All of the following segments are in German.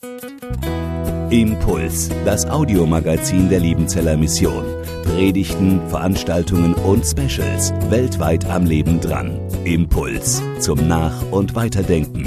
Impuls, das Audiomagazin der Liebenzeller Mission. Predigten, Veranstaltungen und Specials weltweit am Leben dran. Impuls zum Nach- und Weiterdenken.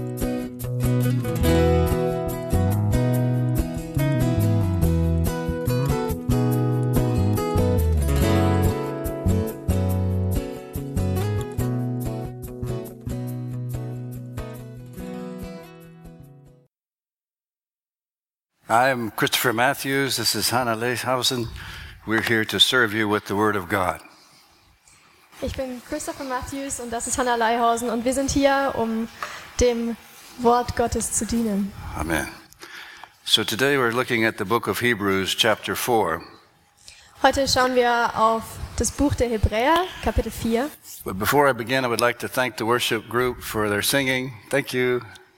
I'm Christopher Matthews. This is Hannah Leishausen. We're here to serve you with the Word of God. Ich bin Christopher Matthews und das ist Hannah Leihausen und wir sind hier, um dem Wort Gottes zu dienen. Amen. So today we're looking at the book of Hebrews, chapter 4. Heute schauen wir auf das Buch der Hebräer, Kapitel 4. But before I begin, I would like to thank the worship group for their singing. Thank you.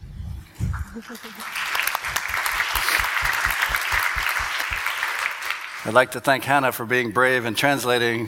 I'd like to thank Hannah for being brave and translating.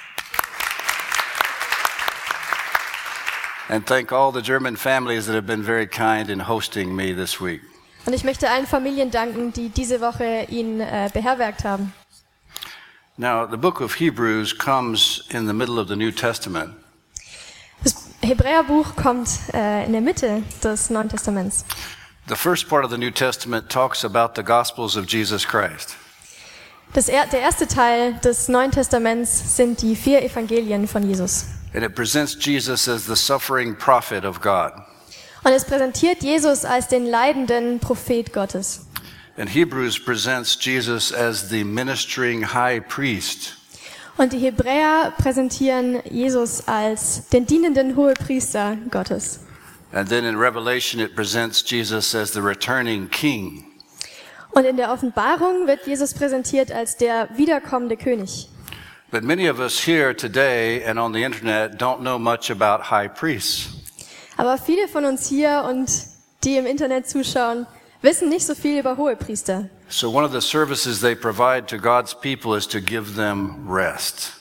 And thank all the German families that have been very kind in hosting me this week. Und ich möchte allen Familien danken, die diese Woche ihn beherbergt haben. Now, the book of Hebrews comes in the middle of the New Testament. Das Hebräerbuch kommt in der Mitte des Neuen Testaments. The first part of the New Testament talks about the Gospels of Jesus Christ. Der erste Teil des Neuen Testaments sind die 4 Evangelien von Jesus. And it presents Jesus as the suffering prophet of God. Und es präsentiert Jesus als den leidenden Prophet Gottes. And Hebrews presents Jesus as the ministering high priest. Und die Hebräer präsentieren Jesus als den dienenden Hohepriester Gottes. And then in Revelation it presents Jesus as the returning king. Und in der Offenbarung wird Jesus präsentiert als der wiederkommende König. But many of us here today and on the internet don't know much about high priests. Aber viele von uns hier und die im Internet zuschauen, wissen nicht so viel über Hohepriester. So one of the services they provide to God's people is to give them rest.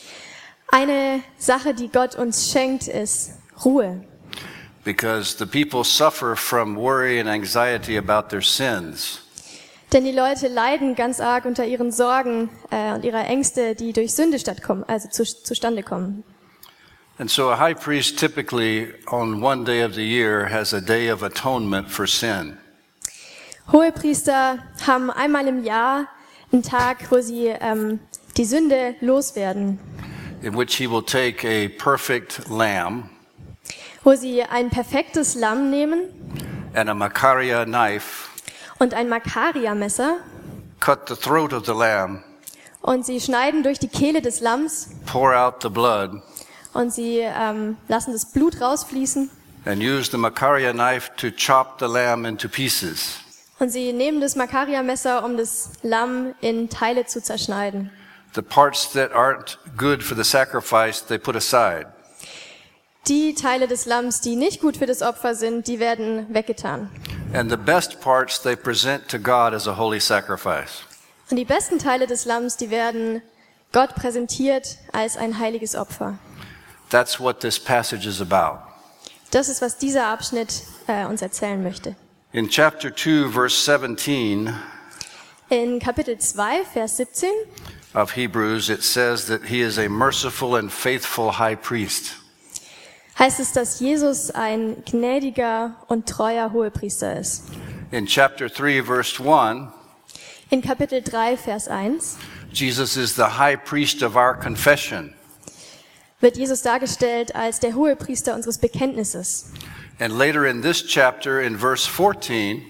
Eine Sache, die Gott uns schenkt, ist Ruhe. Because the people suffer from worry and anxiety about their sins. Denn die Leute leiden ganz arg unter ihren Sorgen und ihrer Ängste, die durch Sünde zustande kommen. And so a high priest typically on one day of the year has a day of atonement for sin. Hohepriester haben einmal im Jahr einen Tag, wo sie die Sünde loswerden. In which he will take a perfect lamb Wo sie ein perfektes Lamm nehmen and a Makaria knife, und ein Makaria-Messer cut the throat of the lamb, und sie schneiden durch die Kehle des Lamms pour out the blood, und sie lassen das Blut rausfließen and use the Makaria knife to chop the lamb into pieces. und sie nehmen das Makaria-Messer, um das Lamm in Teile zu zerschneiden. The parts that aren't good for the sacrifice, they put aside. Die Teile des Lamms, die nicht gut für das Opfer sind, die werden weggetan. And the best parts they present to God as a holy sacrifice. Und die besten Teile des Lamms, die werden Gott präsentiert als ein heiliges Opfer. That's what this passage is about. Das ist, was dieser Abschnitt uns erzählen möchte. In chapter 2, verse 17 In Kapitel 2, Vers 17 of Hebrews, it says that he is a merciful and faithful high priest. heißt es, dass Jesus ein gnädiger und treuer Hohepriester ist. In chapter 3, verse 1, In Kapitel 3, Vers 1 Jesus is the high priest of our confession. wird Jesus dargestellt als der Hohepriester unseres Bekenntnisses. And later in this chapter, in verse 14,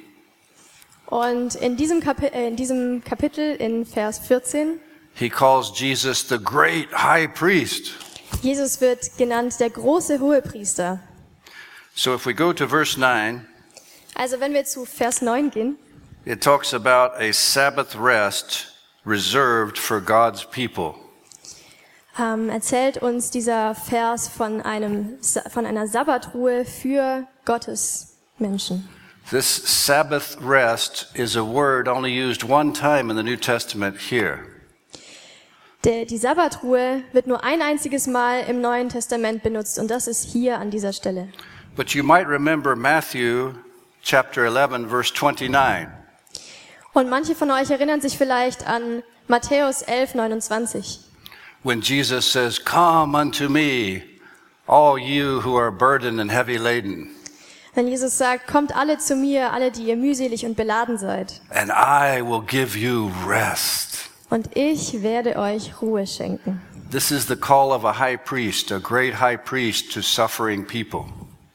Und in diesem Kapitel, in Vers 14, he calls Jesus the great high priest. Jesus wird genannt der große Hohepriester. So if we go to verse 9, Also wenn wir zu Vers 9 gehen, it talks about a Sabbath rest reserved for God's people. erzählt uns dieser Vers von einer Sabbatruhe für Gottes Menschen. This Sabbath rest is a word only used one time in the New Testament here. Die Sabbatruhe wird nur ein einziges Mal im Neuen Testament benutzt und das ist hier an dieser Stelle. But you might remember Matthew chapter 11, verse 29. Und manche von euch erinnern sich vielleicht an Matthäus 11, 29. When Jesus says, "Come unto me, all you who are burdened and heavy laden, Wenn Jesus sagt, kommt alle zu mir, alle, die ihr mühselig und beladen seid, and I will give you rest." und ich werde euch Ruhe schenken. This is the call of a high priest, a great high priest to suffering people.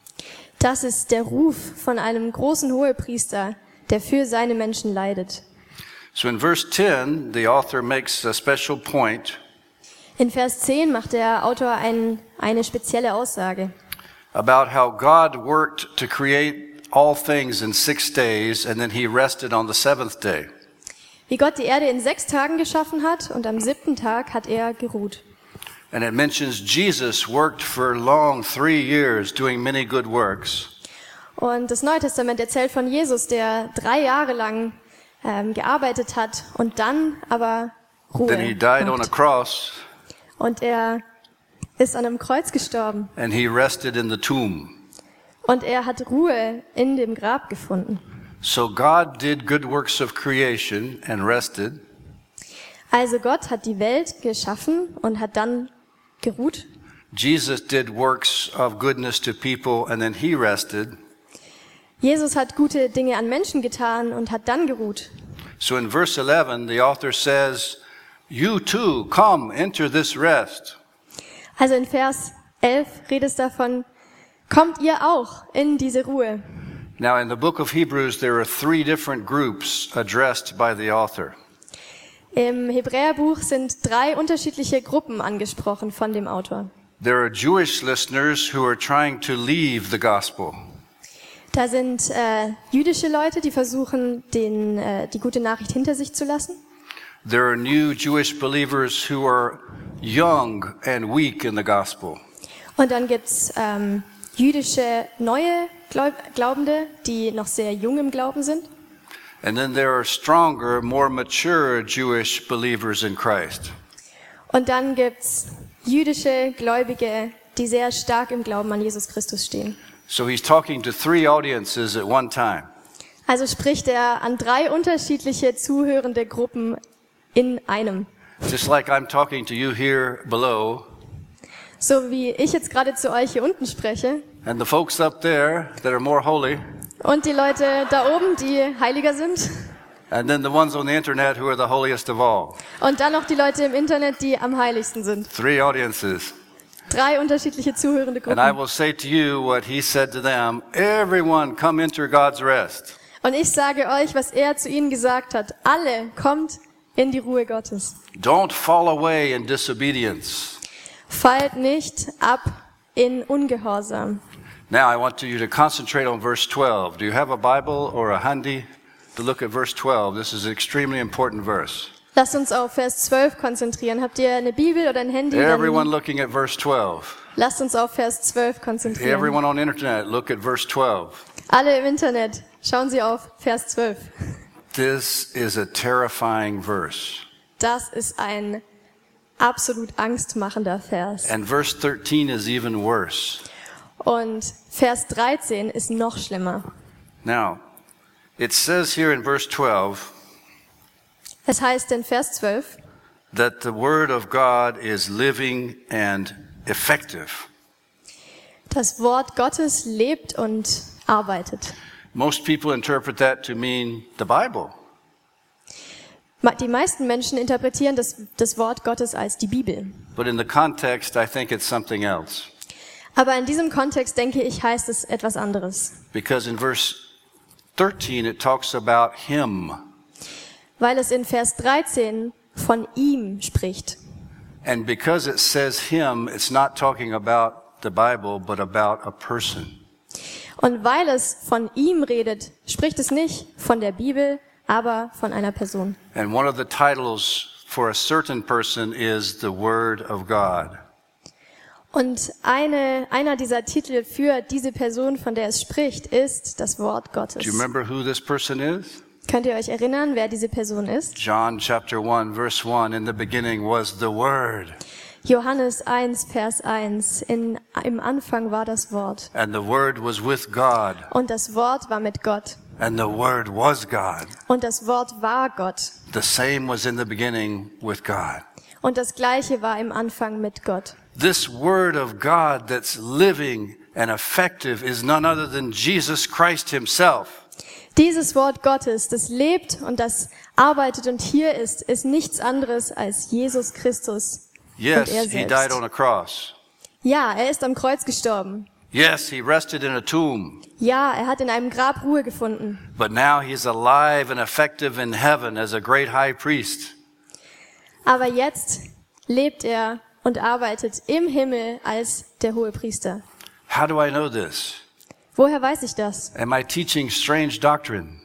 Das ist der Ruf von einem großen Hohepriester, der für seine Menschen leidet. So in verse 10, the author makes a special point In Vers 10 macht der Autor eine spezielle Aussage, about how God worked to create all things in 6 days, and then he rested on the seventh day. wie Gott die Erde in 6 Tagen geschaffen hat und am 7. Tag hat er geruht. And it mentions Jesus worked for long 3 years doing many good works. Und das Neue Testament erzählt von Jesus, der 3 Jahre lang gearbeitet hat und dann aber Ruhe Then he died on a macht. cross, Und er ist an einem Kreuz gestorben and he rested in the tomb. und er hat Ruhe in dem Grab gefunden. So God did good works of creation and rested. Also Gott hat die Welt geschaffen und hat dann geruht. Jesus did works of goodness to people, and then he rested. Jesus hat gute Dinge an Menschen getan und hat dann geruht. So in verse 11, the author says, "You too, come, enter this rest." Also in Vers 11 redet es davon, kommt ihr auch in diese Ruhe. Now in the book of Hebrews, there are 3 different groups addressed by the author. Im Hebräerbuch sind 3 unterschiedliche Gruppen angesprochen von dem Autor. There are Jewish listeners who are trying to leave the gospel. Da sind jüdische Leute, die versuchen, die gute Nachricht hinter sich zu lassen. There are new Jewish believers who are young and weak in the gospel. Und dann gibt's jüdische neue Glaubende, die noch sehr jung im Glauben sind. And then there are stronger, more mature Jewish believers in Christ. Und dann gibt's jüdische Gläubige, die sehr stark im Glauben an Jesus Christus stehen. So he's talking to 3 audiences at one time. Also spricht er an 3 unterschiedliche zuhörende Gruppen in einem. Just like I'm talking to you here below, So wie ich jetzt gerade zu euch hier unten spreche and the folks up there that are more holy, und die Leute da oben, die heiliger sind, and then the ones on the internet who are the holiest of all. und dann noch die Leute im Internet, die am heiligsten sind. 3 audiences. 3 unterschiedliche zuhörende And I Gruppen. will say to you what he said to them, everyone come enter God's rest. Und ich sage euch, was er zu ihnen gesagt hat. Alle kommt in die Ruhe Gottes. Don't fall away in disobedience. Fallt nicht ab in Ungehorsam. Now I want you to concentrate on verse 12. Do you have a Bible or a handy to look at verse 12? This is an extremely important verse. Lasst uns auf Vers 12 konzentrieren. Habt ihr eine Bibel oder ein Handy? Everyone Dann looking at verse 12. lasst uns auf Vers 12 konzentrieren. Everyone on the internet, look at verse 12. Alle im Internet, schauen Sie auf Vers 12. This is a terrifying verse. Das ist ein absolut angstmachender Vers. And verse 13 is even worse. Und Vers 13 ist noch schlimmer. Now, it says here in verse 12 Es heißt in Vers 12, that the word of God is living and effective. das Wort Gottes lebt und arbeitet. Most people interpret that to mean the Bible. Die meisten Menschen interpretieren das Wort Gottes als die Bibel. But in the context, I think it's something else. Aber in diesem Kontext, denke ich, heißt es etwas anderes. Because in verse 13, it talks about him. Weil es in Vers 13 von ihm spricht. And because it says him, it's not talking about the Bible, but about a person. Und weil es von ihm redet, spricht es nicht von der Bibel, aber von einer Person. And one of the titles for a certain person is the Word of God. Und einer dieser Titel für diese Person, von der es spricht, ist das Wort Gottes. Do you remember who this person is? Könnt ihr euch erinnern, wer diese Person ist? John chapter 1, verse 1, in the beginning was the Word. Johannes 1, Vers 1. Im Anfang war das Wort. And the Word was with God. Und das Wort war mit Gott. And the Word was God. Und das Wort war Gott. The same was in the beginning with God. Und das Gleiche war im Anfang mit Gott. This Word of God that's living and effective is none other than Jesus Christ himself. Dieses Wort Gottes, das lebt und das arbeitet und hier ist nichts anderes als Jesus Christus Yes, und er he died selbst. on a cross. Ja, er ist am Kreuz gestorben. Yes, he rested in a tomb. Ja, er hat in einem Grab Ruhe gefunden. But now he's alive and effective in heaven as a great high priest. Aber jetzt lebt er und arbeitet im Himmel als der Hohepriester. How do I know this? Woher weiß ich das? Am I teaching strange doctrine?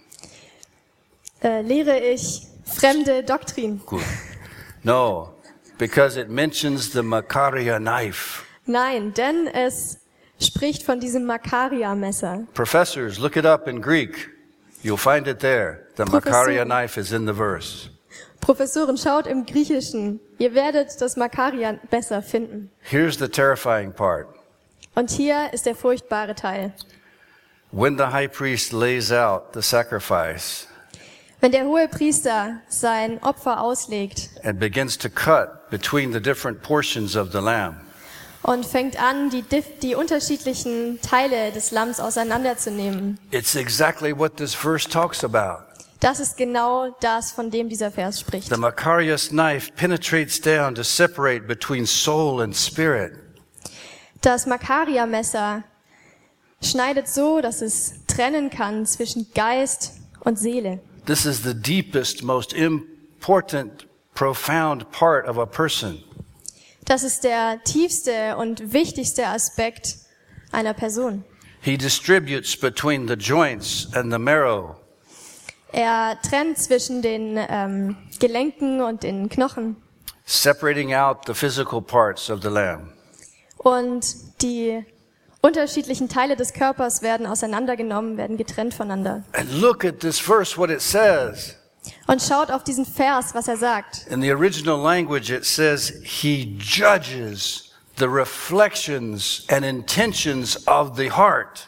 Lehre ich fremde Doktrin? Good. No, because it mentions the Makaria knife. Nein, denn es spricht von diesem Makaria-Messer. Professors, look it up in Greek. You'll find it there. The Makaria knife is in the verse. Professoren, schaut im Griechischen. Ihr werdet das Makaria-Messer finden. Here's the terrifying part. Und hier ist der furchtbare Teil. When the high priest lays out the sacrifice Wenn der Hohepriester sein Opfer auslegt and begins to cut between the different portions of the lamb, und fängt an, die unterschiedlichen Teile des Lamms auseinanderzunehmen, it's exactly what this verse talks about. das ist genau das, von dem dieser Vers spricht. The Macarius knife penetrates down to separate between soul and spirit. Das Makaria-Messer schneidet so, dass es trennen kann zwischen Geist und Seele. This is the deepest, most important, profound part of a person. Das ist der tiefste und wichtigste Aspekt einer Person. He distributes between the joints and the marrow. Er trennt zwischen den Gelenken und den Knochen. Separating out the physical parts of the lamb. Und die unterschiedlichen Teile des Körpers werden auseinandergenommen, werden getrennt voneinander. And look at this verse, what it says. Und schaut auf diesen Vers, was er sagt. In the original language, it says, he judges the reflections and intentions of the heart.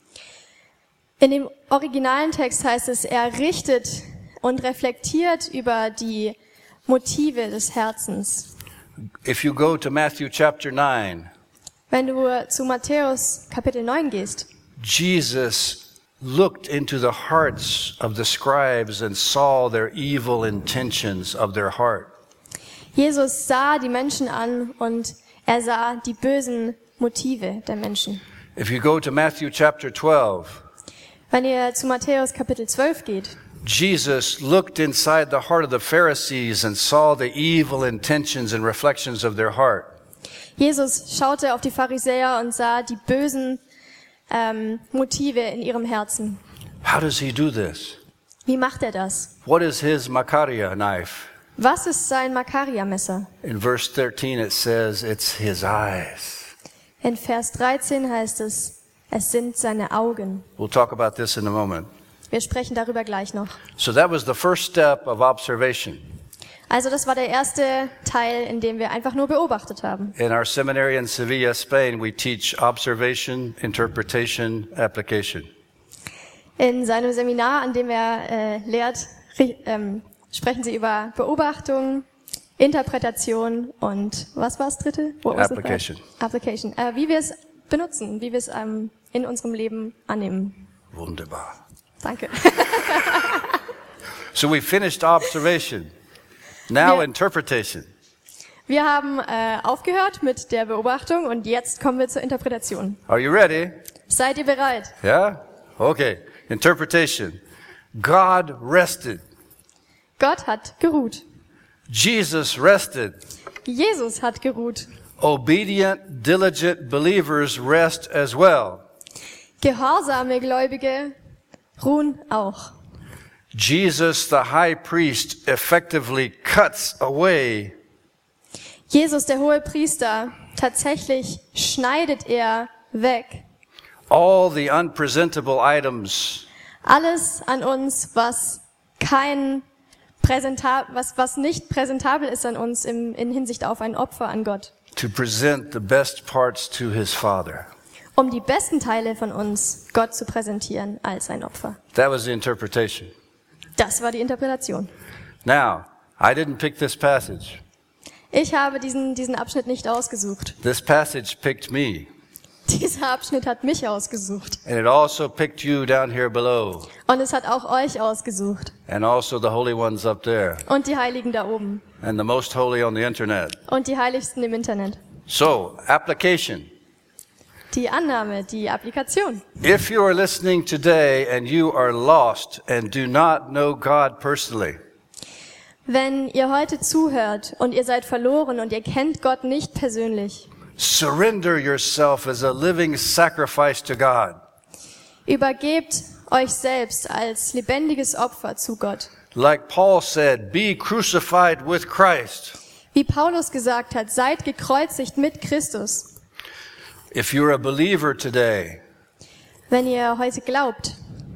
In dem originalen Text heißt es, er richtet und reflektiert über die Motive des Herzens. If you go to Matthew chapter 9, Wenn du zu Matthäus Kapitel 9 gehst, Jesus looked into the hearts of the scribes and saw their evil intentions of their heart. Jesus sah die Menschen an und er sah die bösen Motive der Menschen. If you go to Matthew chapter 12, Wenn ihr zu Matthäus Kapitel 12 geht, Jesus looked inside the heart of the Pharisees and saw the evil intentions and reflections of their heart. Jesus schaute auf die Pharisäer und sah die bösen Motive in ihrem Herzen. How does he do this? Wie macht er das? What is his Makaria knife? Was ist sein Makaria-Messer? In verse 13 it says it's his eyes. In Vers 13 heißt es sind seine Augen. We'll talk about this in a moment. Wir sprechen darüber gleich noch. So that was the first step of observation. Also das war der erste Teil, in dem wir einfach nur beobachtet haben. In our seminary in Sevilla, Spain, we teach observation, interpretation, application. In seinem Seminar, an dem er lehrt, sprechen sie über Beobachtung, Interpretation und was war das dritte? Application. Application. Wie wir es benutzen, wie wir es in unserem Leben annehmen. Wunderbar. Danke. So we finished observation. Now Wir- interpretation. Wir haben aufgehört mit der Beobachtung und jetzt kommen wir zur Interpretation. Are you ready? Seid ihr bereit? Yeah? Okay. Interpretation. God rested. Gott hat geruht. Jesus rested. Jesus hat geruht. Obedient, diligent believers rest as well. Gehorsame Gläubige ruhen auch. Jesus, the high priest, effectively cuts away Jesus, der hohe Priester, tatsächlich schneidet er weg. all the unpresentable items Alles an uns, was was nicht präsentabel ist an uns in Hinsicht auf ein Opfer an Gott. to present the best parts to his Father. um die besten Teile von uns Gott zu präsentieren als ein Opfer. That was the interpretation. Das war die Interpretation. Now, I didn't pick this passage. Ich habe diesen Abschnitt nicht ausgesucht. This passage picked me. Dieser Abschnitt hat mich ausgesucht. And it also picked you down here below. Und es hat auch euch ausgesucht. And also the holy ones up there. Und die Heiligen da oben. And the most holy on the internet. Und die Heiligsten im Internet. So, application. Die Annahme, die Applikation. If you are listening today and you are lost and do not know God personally, Wenn ihr heute zuhört und ihr seid verloren und ihr kennt Gott nicht persönlich, surrender yourself as a living sacrifice to God. übergebt euch selbst als lebendiges Opfer zu Gott. Like Paul said, be crucified with Christ. Wie Paulus gesagt hat, seid gekreuzigt mit Christus. If you're a believer today, Wenn ihr heute glaubt,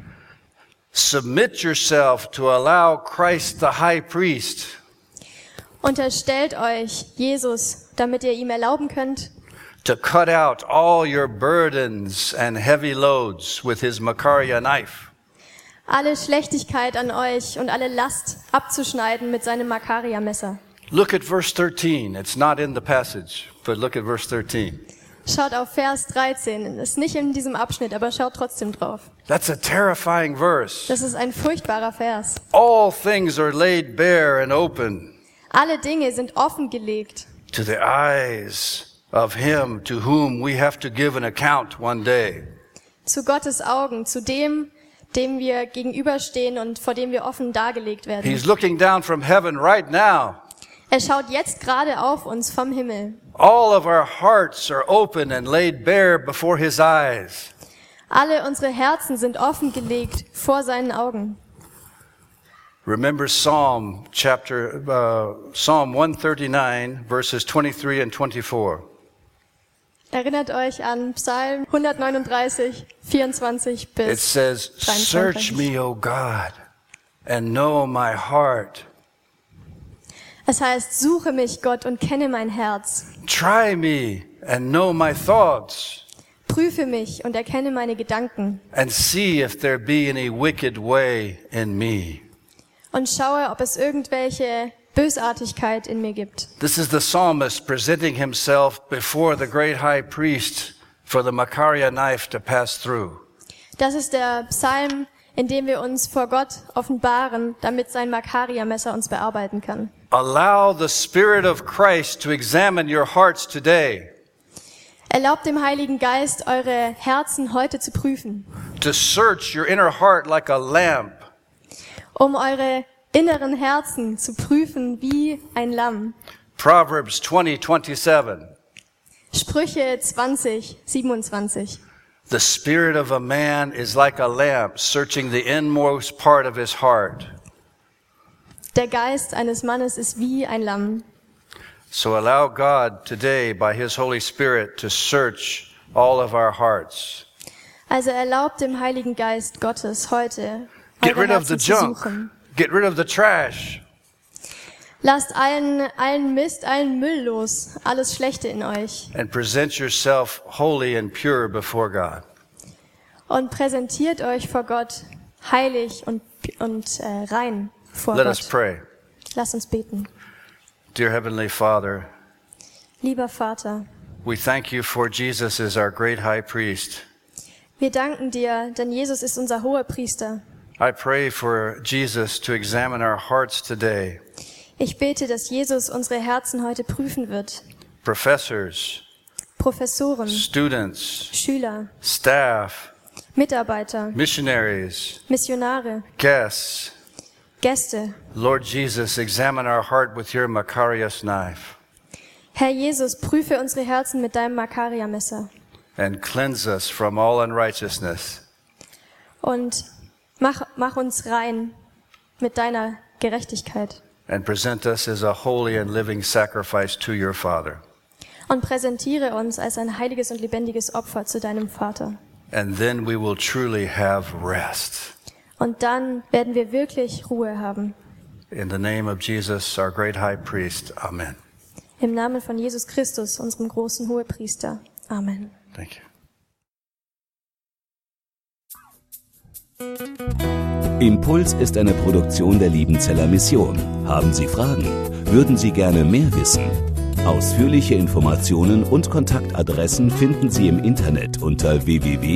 submit yourself to allow Christ the high priest unterstellt euch Jesus, damit ihr ihm erlauben könnt, to cut out all your burdens and heavy loads with his Makaria knife. alle Schlechtigkeit an euch und alle Last abzuschneiden mit seinem Makaria-Messer. Look at verse 13. It's not in the passage, but look at verse 13. Schaut auf Vers 13. Ist nicht in diesem Abschnitt, aber schaut trotzdem drauf. That's a terrifying verse. Das ist ein furchtbarer Vers. All things are laid bare and open Alle Dinge sind offengelegt to the eyes of him to whom we have to give an account one day. zu Gottes Augen, zu dem wir gegenüberstehen und vor dem wir offen dargelegt werden. He's looking down from heaven right now. Er schaut jetzt gerade auf uns vom Himmel. All of our hearts are open and laid bare before his eyes. Alle unsere Herzen sind offengelegt vor seinen Augen. Remember Psalm 139, verses 23 and 24. Erinnert euch an Psalm 139, 24 It bis says, 23. "Search me, O God, and know my heart. Es heißt, suche mich, Gott, und kenne mein Herz. Try me and know my thoughts, Prüfe mich und erkenne meine Gedanken and see if there be any wicked way in me." und schaue, ob es irgendwelche Bösartigkeit in mir gibt. This is the psalmist presenting himself before the great high priest for the Makaria knife to pass through. Das ist der Psalm, in dem wir uns vor Gott offenbaren, damit sein Makaria-Messer uns bearbeiten kann. Allow the Spirit of Christ to examine your hearts today, Erlaubt dem Heiligen Geist, eure Herzen heute zu prüfen, to search your inner heart like a lamp, um eure inneren Herzen zu prüfen wie ein Lamm. Proverbs 20:27. Sprüche 20, 27. The spirit of a man is like a lamp, searching the inmost part of his heart. Der Geist eines Mannes ist wie ein Lamm. So allow God today, by his Holy Spirit, to search all of our hearts. Also erlaubt dem Heiligen Geist Gottes heute, Get eure rid of the Herzen zu junk. suchen. Get rid of the trash. Lasst allen Mist, allen Müll los, alles Schlechte in euch. And present yourself holy and pure before God. Und präsentiert euch vor Gott heilig und rein vor Let us Gott. pray. Lasst uns beten. Dear Heavenly Father, Lieber Vater, we thank you for Jesus as our great high priest. wir danken dir, denn Jesus ist unser Hohepriester. I pray for Jesus to examine our hearts today. Ich bete, dass Jesus unsere Herzen heute prüfen wird. Professors, Professoren, students, Schüler, staff, Mitarbeiter, missionaries, Missionare, guests. Gäste. Lord Jesus, examine our heart with your Macarius knife Herr Jesus, prüfe unsere Herzen mit deinem Makaria-Messer and cleanse us from all unrighteousness. und mach uns rein mit deiner Gerechtigkeit And present us as a holy and living sacrifice to your Father. und präsentiere uns als ein heiliges und lebendiges Opfer zu deinem Vater. And then we will truly have rest. Und dann werden wir wirklich Ruhe haben. In the name of Jesus, our great high priest. Amen. Im Namen von Jesus Christus, unserem großen Hohepriester. Amen. Thank you. Impuls ist eine Produktion der Liebenzeller Mission. Haben Sie Fragen? Würden Sie gerne mehr wissen? Ausführliche Informationen und Kontaktadressen finden Sie im Internet unter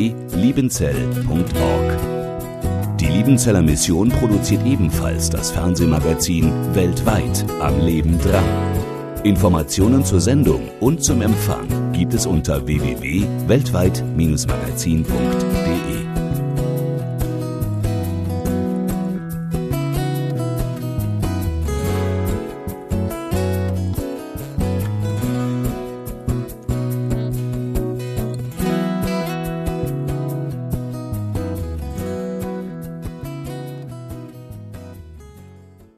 www.liebenzell.org. Die Liebenzeller Mission produziert ebenfalls das Fernsehmagazin Weltweit am Leben dran. Informationen zur Sendung und zum Empfang gibt es unter www.weltweit-magazin.de.